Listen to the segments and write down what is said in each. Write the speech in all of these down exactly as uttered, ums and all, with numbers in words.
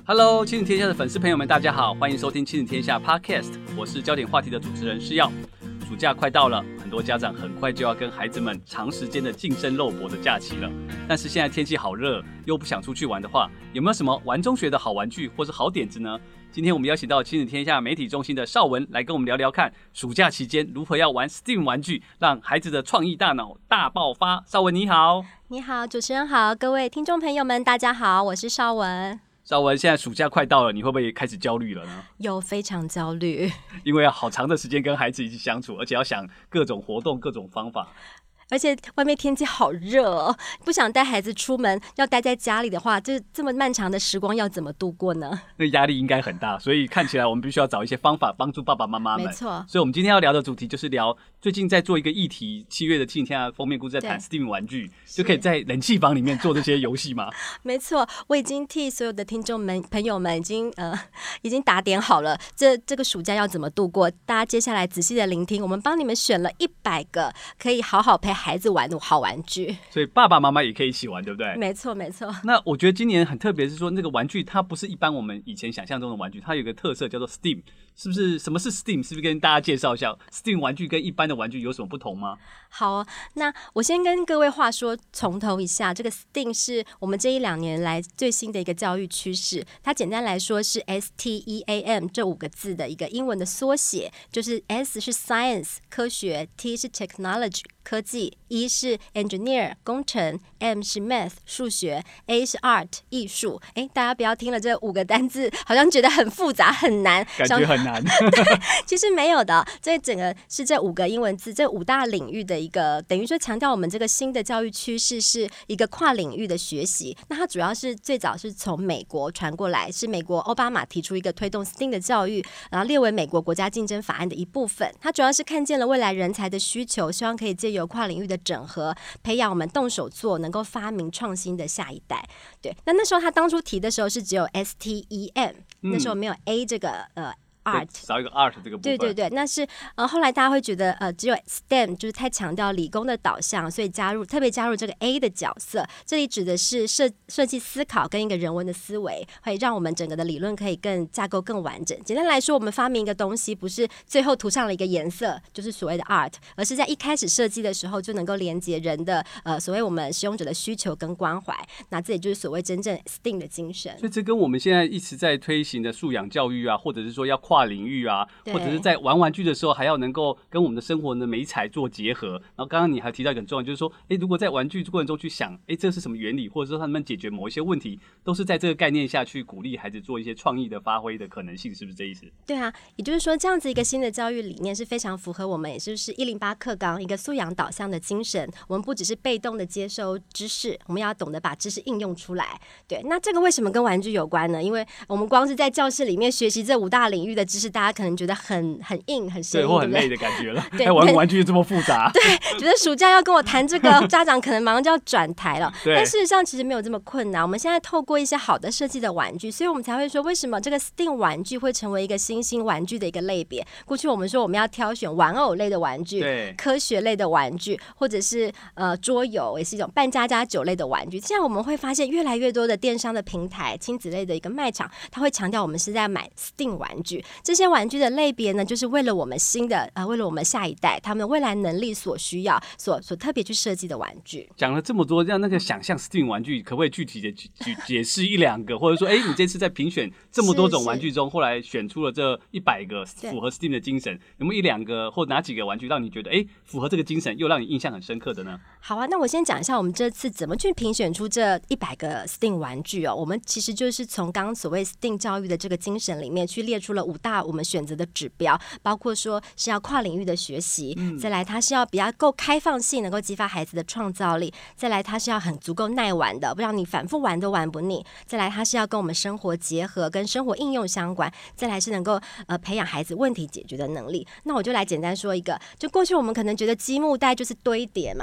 Hello， 亲子天下的粉丝朋友们，大家好，欢迎收听亲子天下 Podcast， 我是焦点话题的主持人施耀。暑假快到了，很多家长很快就要跟孩子们长时间的近身肉搏的假期了。但是现在天气好热，又不想出去玩的话，有没有什么玩中学的好玩具或是好点子呢？今天我们邀请到亲子天下媒体中心的邵文来跟我们聊聊看，暑假期间如何要玩 S T E A M 玩具，让孩子的创意大脑大爆发。邵文你好。 你好，主持人好，各位听众朋友们大家好，我是邵文。 邵文，现在暑假快到了，你会不会开始焦虑了呢？ 有，非常焦虑， 因为要好长的时间跟孩子一起相处，而且要想各种活动、各种方法。 而且外面天气好热哦，不想带孩子出门，要待在家里的话，这这么漫长的时光要怎么度过呢？ 那压力应该很大，所以看起来我们必须要找一些方法帮助爸爸妈妈们。 没错， 所以我们今天要聊的主题就是聊最近在做一个议题，七月的亲子天下封面故事在谈 S T E A M 玩具，就可以在冷气房里面做这些游戏吗？ 没错，我已经替所有的听众们朋友们已经呃已经打点好了，这这个暑假要怎么度过？大家接下来仔细的聆听，我们帮你们选了一百个可以好好陪孩子玩的好玩具， 所以爸爸妈妈也可以一起玩，对不对？ 没错没错。 那我觉得今年很特别是说，那个玩具它不是一般我们以前想象中的玩具，它有一个特色叫做 S T E A M， 是不是？什么是 S T E A M？ 是不是跟大家介绍一下 S T E A M 玩具跟一般的玩具有什么不同吗？ 好、哦，那我先跟各位话说从头一下，这个 S T E A M 是我们这一两年来最新的一个教育趋势，它简单来说是 S T E A M 这五个字的一个英文的缩写，就是 S 是 Science 科学， T 是 Technology 科技， E 是 Engineer 工程， M 是 Math 数学， A 是 Art 艺术。哎，大家不要听了这五个单字好像觉得很复杂很难， 感觉很难。 对，其实没有的，这整个是这五个英文字，这五大领域的一个，等于说强调我们这个新的教育趋势是一个跨领域的学习。那它主要是最早是从美国传过来，是美国奥巴马提出一个推动 S T E A M 的教育，然后列为美国国家竞争法案的一部分。它主要是看见了未来人才的需求，希望可以借由跨领域的整合，培养我们动手做、能够发明创新的下一代。对，那那时候他当初提的时候是只有 S T E M，、嗯、那时候没有 A 这个呃。Art 少一个 art 这个部分， 对对对，那是呃后来大家会觉得呃只有 S T E M 就是太强调理工的导向，所以加入特别加入这个 A 的角色，这里指的是设设计思考跟一个人文的思维，会让我们整个的理论可以更架构更完整。简单来说，我们发明一个东西，不是最后涂上了一个颜色，就是所谓的 art， 而是在一开始设计的时候就能够连接人的呃所谓我们使用者的需求跟关怀，那这也就是所谓真正 S T E A M 的精神。 所以这跟我们现在一直在推行的素养教育啊，或者是说要跨领域啊，或者是在玩玩具的时候还要能够跟我们的生活的媒材做结合。然后刚刚你还提到一个很重要，就是说诶如果在玩具过程中去想诶这是什么原理，或者说他们解决某一些问题，都是在这个概念下去鼓励孩子做一些创意的发挥的可能性，是不是这意思？ 对啊，也就是说这样子一个新的教育理念是非常符合我们也就是一零八课纲一个素养导向的精神。我们不只是被动的接收知识，我们要懂得把知识应用出来。对，那这个为什么跟玩具有关呢？因为我们光是在教室里面学习这五大领域的知识，大家可能觉得很很硬很生硬， 对，或很累的感觉了。对，玩玩具这么复杂， 对，觉得暑假要跟我谈这个，家长可能马上就要转台了。但事实上其实没有这么困难。我们现在透过一些好的设计的玩具，所以我们才会说为什么这个 S T E A M 玩具会成为一个新兴玩具的一个类别。过去我们说我们要挑选玩偶类的玩具， 对， 科学类的玩具，或者是呃桌游，也是一种扮家家酒类的玩具。现在我们会发现越来越多的电商的平台、亲子类的一个卖场，它会强调我们是在买 S T E A M 玩具。这些玩具的类别呢，就是为了我们新的呃，为了我们下一代他们未来能力所需要、所所特别去设计的玩具。 讲了这么多，让那个想象 S T E A M 玩具，可不可以具体的解释一两个，或者说，哎，你这次在评选这么多种玩具中，后来选出了这一百个符合 S T E A M 的精神，有没有一两个或哪几个玩具让你觉得，哎，符合这个精神，又让你印象很深刻的呢？ 好啊，那我先讲一下我们这次怎么去评选出这一百个 S T E A M 玩具哦。我们其实就是从刚刚所谓 S T E A M 教育的这个精神里面去列出了五大我们选择的指标，包括说是要跨领域的学习，嗯、再来它是要比较够开放性，能够激发孩子的创造力，再来它是要很足够耐玩的，不让你反复玩都玩不腻，再来它是要跟我们生活结合，跟生活应用相关，再来是能够呃培养孩子问题解决的能力。那我就来简单说一个，就过去我们可能觉得积木袋就是堆叠嘛，乐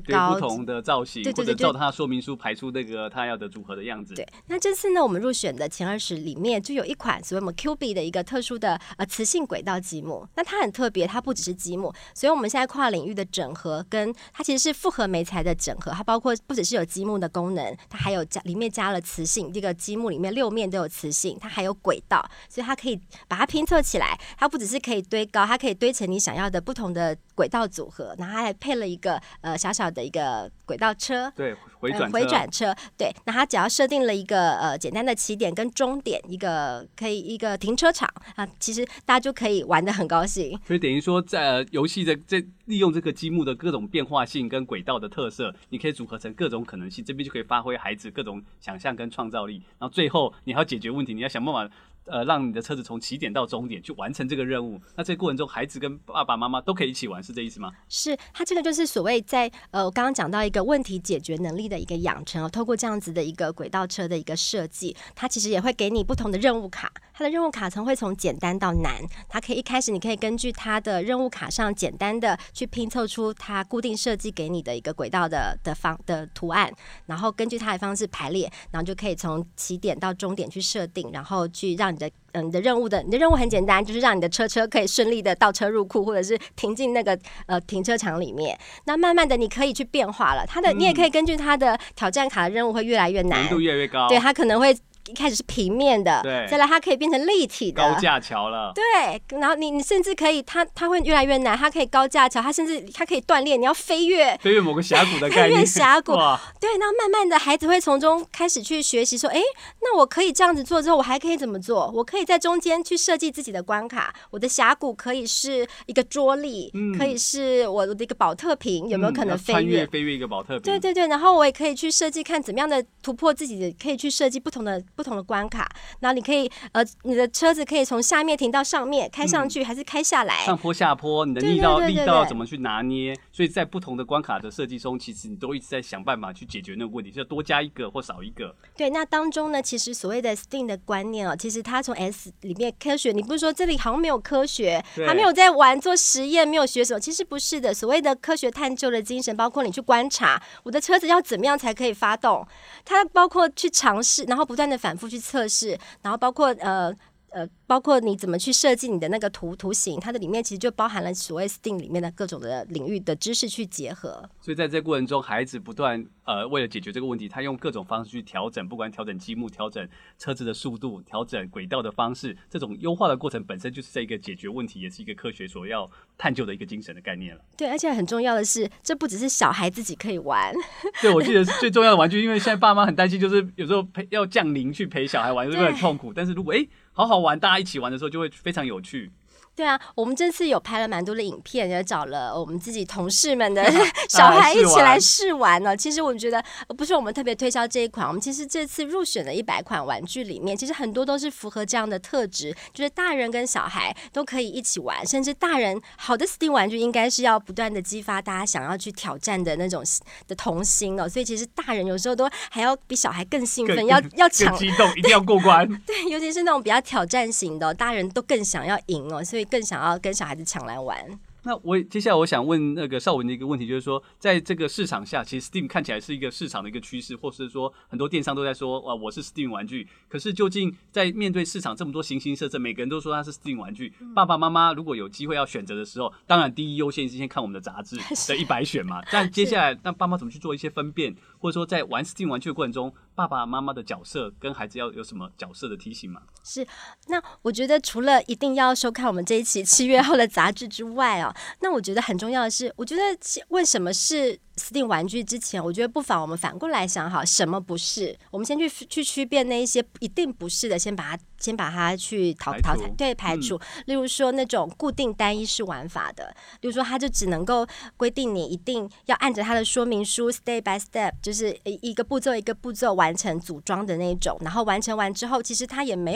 高， 不同的造型， 对对对， 或者照它的说明书排出那个它要的组合的样子。 对，那这次呢，我们入选的前二十里面就有一款所谓我们 Q B 的一个特殊的呃磁性轨道积木，那它很特别，它不只是积木，所以我们现在跨领域的整合跟它其实是复合媒材的整合，它包括不只是有积木的功能，它还有加里面加了磁性，这个积木里面六面都有磁性，它还有轨道，所以它可以把它拼凑起来，它不只是可以堆高，它可以堆成你想要的不同的轨道组合，然后它还配了一个呃小小的一个轨道车， 对，回转车、呃、 回转车，对，那它只要设定了一个呃简单的起点跟终点，一个可以一个停车场啊，其实大家就可以玩得很高兴。 所以等于说在呃游戏的这利用这个积木的各种变化性跟轨道的特色，你可以组合成各种可能性，这边就可以发挥孩子各种想象跟创造力，然后最后你还要解决问题，你要想办法呃，让你的车子从起点到终点去完成这个任务。那这个过程中，孩子跟爸爸妈妈都可以一起玩，是这意思吗？ 是，它这个就是所谓在呃，我刚刚讲到一个问题解决能力的一个养成哦。透过这样子的一个轨道车的一个设计，它其实也会给你不同的任务卡。它的任务卡层会从简单到难，它可以一开始你可以根据它的任务卡上简单的去拼凑出它固定设计给你的一个轨道的的方的图案，然后根据它的方式排列，然后就可以从起点到终点去设定，然后去让你的嗯，你的任务的你的任务很简单，就是让你的车车可以顺利的倒车入库，或者是停进那个呃停车场里面。那慢慢的你可以去变化了，它的、嗯、你也可以根据它的挑战卡的任务会越来越难， 难度越来越高。 对，它可能会一开始是平面的， 对， 再来它可以变成立体的高架桥了， 对，然后你你甚至可以，它它会越来越难，它可以高架桥，它甚至它可以锻炼，你要飞跃飞跃某个峡谷的概念， 飞跃峡谷，对，那慢慢的孩子会从中开始去学习，说，哎，那我可以这样子做之后，我还可以怎么做？我可以在中间去设计自己的关卡，我的峡谷可以是一个桌立，嗯、可以是我的一个保特瓶，有没有可能飞跃？ 穿越飞跃一个保特瓶？ 对对对，然后我也可以去设计看怎么样的突破自己的，可以去设计不同的不同的关卡。然后你可以呃，你的车子可以从下面停到上面，开上去、嗯、还是开下来？ 上坡下坡，你的力道力道怎么去拿捏？所以在不同的关卡的设计中，其实你都一直在想办法去解决那个问题，是要多加一个或少一个。 对，那当中呢，其实所谓的 S T E A M 的观念哦，其实它从 S 里面科学，你不是说这里好像没有科学，他没有在玩做实验，没有学什么，其实不是的。所谓的科学探究的精神，包括你去观察我的车子要怎么样才可以发动，它包括去尝试，然后不断的反复去测试。然后包括呃呃，包括你怎么去设计你的那个图图形，它的里面其实就包含了所谓 S T E A M 里面的各种的领域的知识去结合。 所以在这个过程中，孩子不断呃为了解决这个问题，他用各种方式去调整，不管调整积木、调整车子的速度、调整轨道的方式，这种优化的过程本身就是这个解决问题，也是一个科学所要探究的一个精神的概念了。 对，而且很重要的是，这不只是小孩自己可以玩。 对，我记得是最重要的玩具，因为现在爸妈很担心，就是有时候陪要降临去陪小孩玩，就会很痛苦。但是如果哎好好玩，大家一起玩的时候，就会非常有趣。 对啊，我们这次有拍了蛮多的影片，也找了我们自己同事们的小孩一起来试玩呢。其实我觉得不是我们特别推销这一款，我们其实这次入选的一百款玩具里面，其实很多都是符合这样的特质，就是大人跟小孩都可以一起玩，甚至大人好的 S T E A M 玩具应该是要不断的激发大家想要去挑战的那种的童心哦。所以其实大人有时候都还要比小孩更兴奋，要要抢， 更激动，一定要过关。 对，尤其是那种比较挑战型的、哦，大人都更想要赢哦，所以更想要跟小孩子抢来玩。 那我接下来我想问那个邵文的一个问题，就是说，在这个市场下，其实 S T E A M 看起来是一个市场的一个趋势，或是说很多电商都在说，哇，我是 S T E A M 玩具。可是究竟在面对市场这么多形形色色，每个人都说他是 S T E A M 玩具，嗯、爸爸妈妈如果有机会要选择的时候，当然第一优先是先看我们的杂志的一百选嘛。但接下来，那爸妈怎么去做一些分辨，或者说在玩 S T E A M 玩具的过程中，爸爸妈妈的角色跟孩子要有什么角色的提醒吗？ 是，那我觉得除了一定要收看我们这一期七月号的杂志之外哦，那我觉得很重要的是，我觉得问什么是 S T E A M 玩具之前，我觉得不妨我们反过来想好什么不是，我们先去去区辨那一些一定不是的，先把它先把它去淘淘汰，对，排除、嗯。例如说那种固定单一式玩法的，例如说它就只能够规定你一定要按着它的说明书 step by step， 就是一个步骤一个步骤完成组装的那种，然后完成完之后，其实它也没有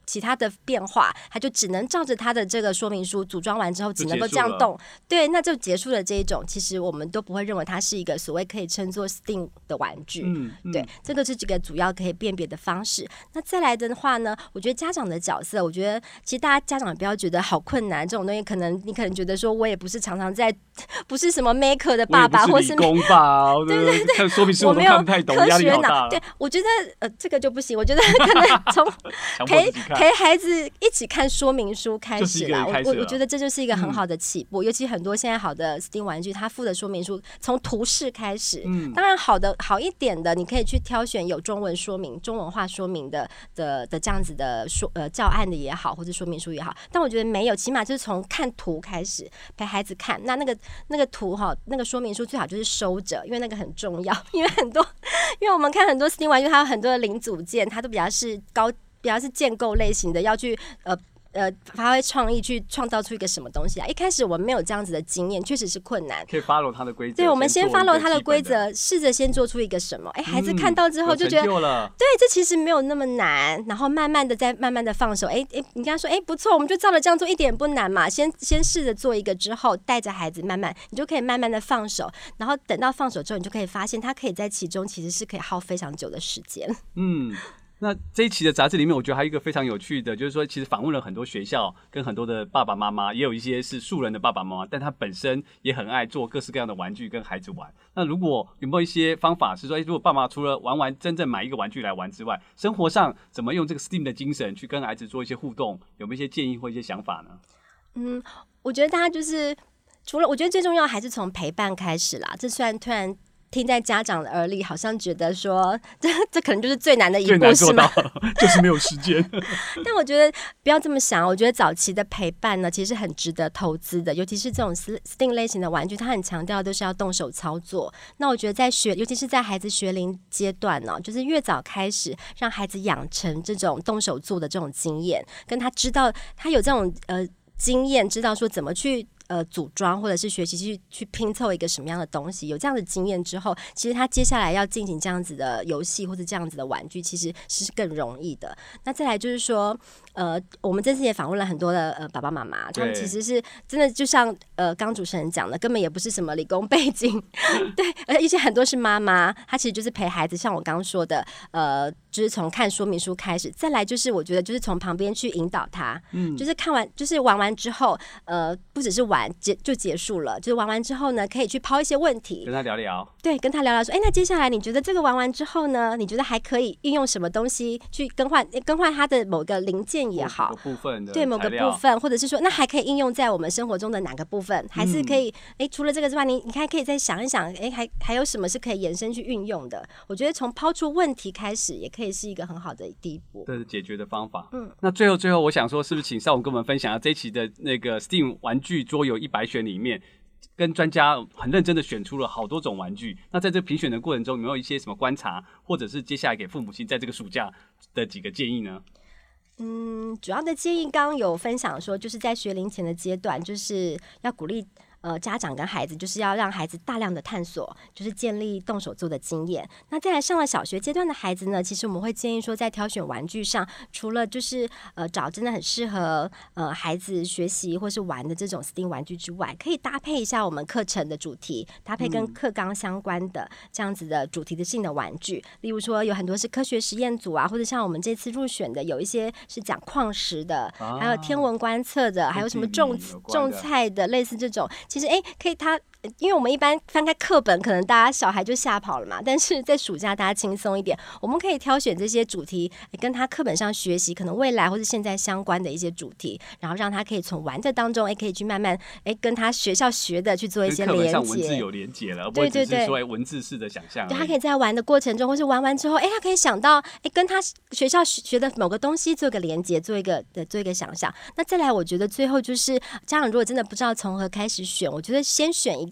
其他的变化，他就只能照着他的这个说明书组装完之后，只能够这样动，对，那就结束了这一种。其实我们都不会认为它是一个所谓可以称作 S T E A M 的玩具。嗯嗯、对，这个是几个主要可以辨别的方式。那再来的话呢，我觉得家长的角色，我觉得其实大家家长不要觉得好困难，这种东西可能你可能觉得说我也不是常常在，不是什么 maker 的爸爸，或是理工吧，对对对，看说明书我都看不太懂，压力好大。 对，我觉得呃这个就不行，我觉得可能从陪陪孩子一起看说明书开始啦。我我觉得这就是一个很好的起步，嗯、尤其很多现在好的 S T E A M 玩具，它附的说明书从图示开始。嗯，当然好的好一点的，你可以去挑选有中文说明、中文化说明的的的这样子的说呃教案的也好，或者说明书也好。但我觉得没有，起码就是从看图开始陪孩子看。那那个那个图哈，那个说明书最好就是收着，因为那个很重要。因为很多，因为我们看很多 S T E A M 玩具，它有很多的零组件，它都比较是高，比较是建构类型的，要去呃。呃，发挥创意去创造出一个什么东西啊？一开始我们没有这样子的经验，确实是困难。 可以 follow 它的规则， 对，我们先 follow 它的规则，试着先做出一个什么？哎，孩子看到之后就觉得， 嗯、 对，这其实没有那么难。然后慢慢的再慢慢的放手，哎哎，你跟他说，哎，不错，我们就照着这样做，一点不难嘛。先先试着做一个之后，带着孩子慢慢，你就可以慢慢的放手。然后等到放手之后，你就可以发现，他可以在其中其实是可以耗非常久的时间。 嗯。那这一期的杂志里面，我觉得还有一个非常有趣的，就是说，其实访问了很多学校跟很多的爸爸妈妈，也有一些是素人的爸爸妈妈，但他本身也很爱做各式各样的玩具跟孩子玩。那如果有没有一些方法是说，如果爸妈除了玩玩真正买一个玩具来玩之外，生活上怎么用这个 S T E A M 的精神去跟孩子做一些互动，有没有一些建议或一些想法呢？ 嗯，我觉得大家就是除了，我觉得最重要还是从陪伴开始啦。这虽然突然听在家长的耳里，好像觉得说这这可能就是最难的一步，是吗？ 就是没有时间。 但我觉得不要这么想，我觉得早期的陪伴呢，其实很值得投资的，尤其是这种 S T E A M 类型的玩具，它很强调都是要动手操作。那我觉得在学，尤其是在孩子学龄阶段呢，就是越早开始让孩子养成这种动手做的这种经验，跟他知道他有这种呃经验，知道说怎么去。呃，组装或者是学习去去拼凑一个什么样的东西，有这样的经验之后，其实他接下来要进行这样子的游戏或者这样子的玩具，其实是更容易的。那再来就是说，呃，我们这次也访问了很多的呃爸爸妈妈，他们其实是真的就像呃刚主持人讲的，根本也不是什么理工背景，对，而且很多是妈妈，她其实就是陪孩子，像我刚刚说的，呃，就是从看说明书开始，再来就是我觉得就是从旁边去引导他，嗯，就是看完就是玩完之后，呃，不只是玩。结就结束了，就是玩完之后呢，可以去抛一些问题， 跟他聊聊。 对，跟他聊聊说，哎，那接下来你觉得这个玩完之后呢，你觉得还可以运用什么东西去更换更换它的某个零件也好， 某个部分的对某个部分，或者是说，那还可以应用在我们生活中的哪个部分？还是可以，哎、嗯，除了这个之外，你你还可以再想一想，哎，还还有什么是可以延伸去运用的？我觉得从抛出问题开始，也可以是一个很好的第一步。 这是解决的方法。嗯，那最后最后，我想说，是不是请少文跟我们分享下这一期的那个 S T E A M 玩具桌游一百选里面？跟专家很认真的选出了好多种玩具，那在这评选的过程中有没有一些什么观察，或者是接下来给父母亲在这个暑假的几个建议呢？ 嗯，主要的建议刚刚有分享说，就是在学龄前的阶段，就是要鼓励呃，家长跟孩子就是要让孩子大量的探索，就是建立动手做的经验。那再来上了小学阶段的孩子呢，其实我们会建议说，在挑选玩具上，除了就是呃找真的很适合呃孩子学习或是玩的这种 S T E A M 玩具之外，可以搭配一下我们课程的主题，搭配跟课纲相关的这样子的主题的性的玩具。例如说，有很多是科学实验组啊，或者像我们这次入选的，有一些是讲矿石的，啊、还有天文观测的，还有什么种种菜的，类似这种。其实，哎，可以他，因为我们一般翻开课本，可能大家小孩就吓跑了嘛。但是在暑假，大家轻松一点，我们可以挑选这些主题，跟他课本上学习，可能未来或是现在相关的一些主题，然后让他可以从玩的当中，哎，可以去慢慢，哎，跟他学校学的去做一些连接。 跟课本上文字有连接了，而不会只是说文字式的想象。 对，他可以在玩的过程中，或是玩完之后，哎，他可以想到，哎，跟他学校学的某个东西做一个连接，做一个的做一个想象。那再来，我觉得最后就是家长如果真的不知道从何开始选，我觉得先选一个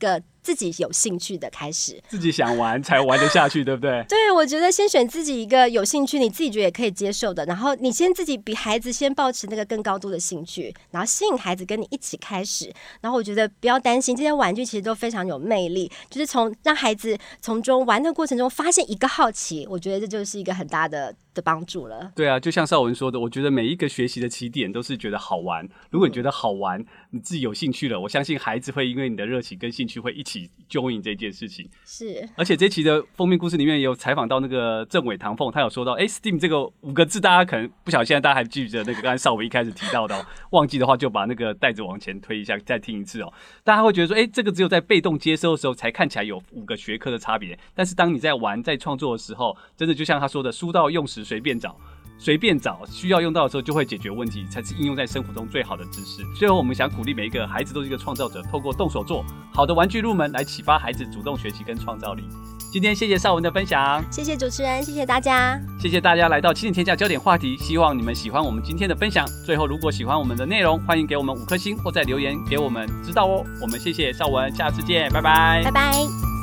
自己有兴趣的开始， 自己想玩才玩得下去，对不对？ 对，我觉得先选自己一个有兴趣，你自己觉得也可以接受的，然后你先自己比孩子先抱持那个更高度的兴趣，然后吸引孩子跟你一起开始。然后我觉得不要担心，这些玩具其实都非常有魅力，就是从让孩子从中玩的过程中发现一个好奇，我觉得这就是一个很大的的帮助了。 对啊，就像邵文说的，我觉得每一个学习的起点都是觉得好玩。如果你觉得好玩，嗯、你自己有兴趣了，我相信孩子会因为你的热情跟兴趣会一起 join 这件事情。 是， 而且这期的封面故事里面也有采访到那个郑伟唐凤，他有说到，哎 ，Steam 这个五个字，大家可能不晓得，现在大家还记得那个刚才邵伟一开始提到的、哦，忘记的话就把那个袋子往前推一下，再听一次哦。大家会觉得说，哎，这个只有在被动接收的时候才看起来有五个学科的差别，但是当你在玩、在创作的时候，真的就像他说的，书到用时随便找。随便找，需要用到的时候就会解决问题，才是应用在生活中最好的知识。最后，我们想鼓励每一个孩子都是一个创造者，透过动手做好的玩具入门，来启发孩子主动学习跟创造力。今天谢谢邵文的分享， 谢谢主持人，谢谢大家， 谢谢大家来到亲子天下焦点话题，希望你们喜欢我们今天的分享。最后，如果喜欢我们的内容，欢迎给我们五颗星或在留言给我们知道哦。我们谢谢邵文，下次见，拜拜， 拜拜。